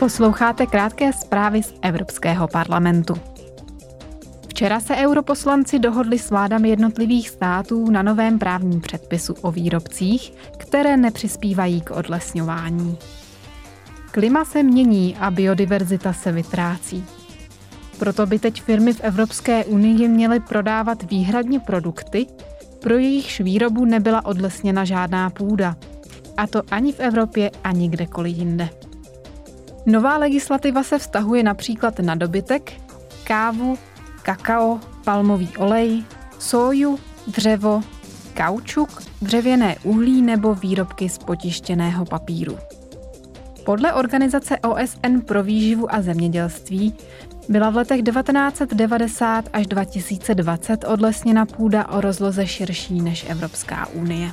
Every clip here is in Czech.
Posloucháte krátké zprávy z Evropského parlamentu. Včera se europoslanci dohodli s vládami jednotlivých států na novém právním předpisu o výrobcích, které nepřispívají k odlesňování. Klima se mění a biodiverzita se vytrácí. Proto by teď firmy v Evropské unii měly prodávat výhradně produkty, pro jejichž výrobu nebyla odlesněna žádná půda. A to ani v Evropě, ani kdekoliv jinde. Nová legislativa se vztahuje například na dobytek, kávu, kakao, palmový olej, sóju, dřevo, kaučuk, dřevěné uhlí nebo výrobky z potištěného papíru. Podle Organizace OSN pro výživu a zemědělství byla v letech 1990 až 2020 odlesněna půda o rozloze širší než Evropská unie.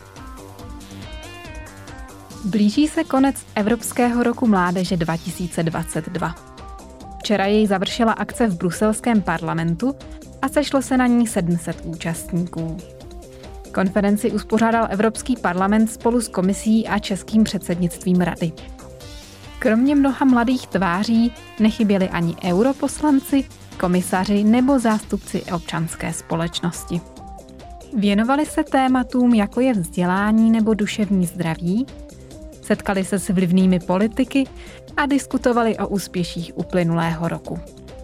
Blíží se konec Evropského roku mládeže 2022. Včera jej završila akce v bruselském parlamentu a sešlo se na ní 700 účastníků. Konferenci uspořádal Evropský parlament spolu s komisí a českým předsednictvím Rady. Kromě mnoha mladých tváří nechyběli ani europoslanci, komisaři nebo zástupci občanské společnosti. Věnovali se tématům, jako je vzdělání nebo duševní zdraví, setkali se s vlivnými politiky a diskutovali o úspěších uplynulého roku.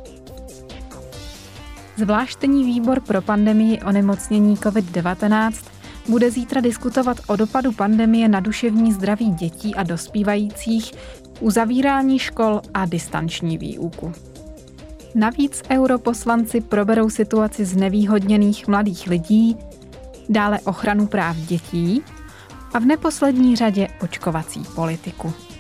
Zvláštní výbor pro pandemii onemocnění COVID-19 bude zítra diskutovat o dopadu pandemie na duševní zdraví dětí a dospívajících, uzavírání škol a distanční výuku. Navíc europoslanci proberou situaci znevýhodněných mladých lidí, dále ochranu práv dětí a v neposlední řadě očkovací politiku.